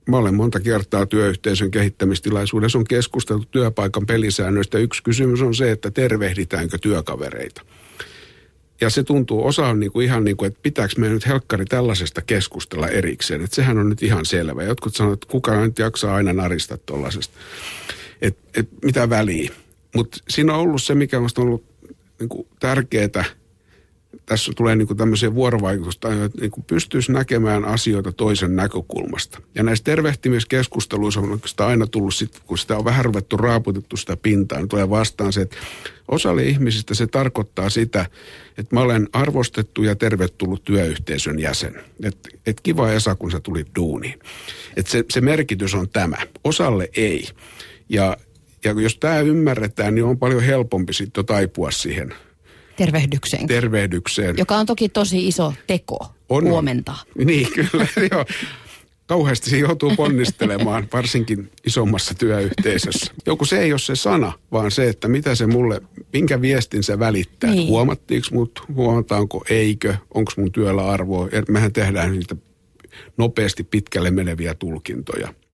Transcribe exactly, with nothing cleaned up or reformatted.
mä olen monta kertaa työyhteisön kehittämistilaisuudessa on keskusteltu työpaikan pelisäännöistä. Yksi kysymys on se, että tervehditäänkö työkavereita. Ja se tuntuu, osa on niinku ihan niin kuin, että pitääkö meidän nyt helkkari tällaisesta keskustella erikseen. Että sehän on nyt ihan selvä. Jotkut sanoo, että kukaan nyt jaksaa aina narista tuollaisesta. Että et, mitä väliä. Mutta siinä on ollut se, mikä on ollut niinku tärkeää. Tässä tulee niinku tämmöisiä vuorovaikutusta, että niinku pystyisi näkemään asioita toisen näkökulmasta. Ja näissä tervehtimiskeskusteluissa on oikeastaan aina tullut sitten, kun sitä on vähän ruvettu raaputettu sitä pintaa, niin tulee vastaan se, että osalle ihmisistä se tarkoittaa sitä, että mä olen arvostettu ja tervetullut työyhteisön jäsen. Että et kiva Esa, kun sä tulit duuniin. Että se, se merkitys on tämä. Osalle ei. Ja, ja jos tämä ymmärretään, niin on paljon helpompi sitten taipua siihen Tervehdykseen. Tervehdykseen. Joka on toki tosi iso teko on, huomenta. On. Niin, kyllä. Joo. Kauheasti se joutuu ponnistelemaan, varsinkin isommassa työyhteisössä. Joku se ei ole se sana, vaan se, että mitä se mulle, minkä viestin se välittää. Niin. Huomattiinko mut, huomataanko, eikö, onko mun työllä arvoa. Mehän tehdään niitä nopeasti pitkälle meneviä tulkintoja.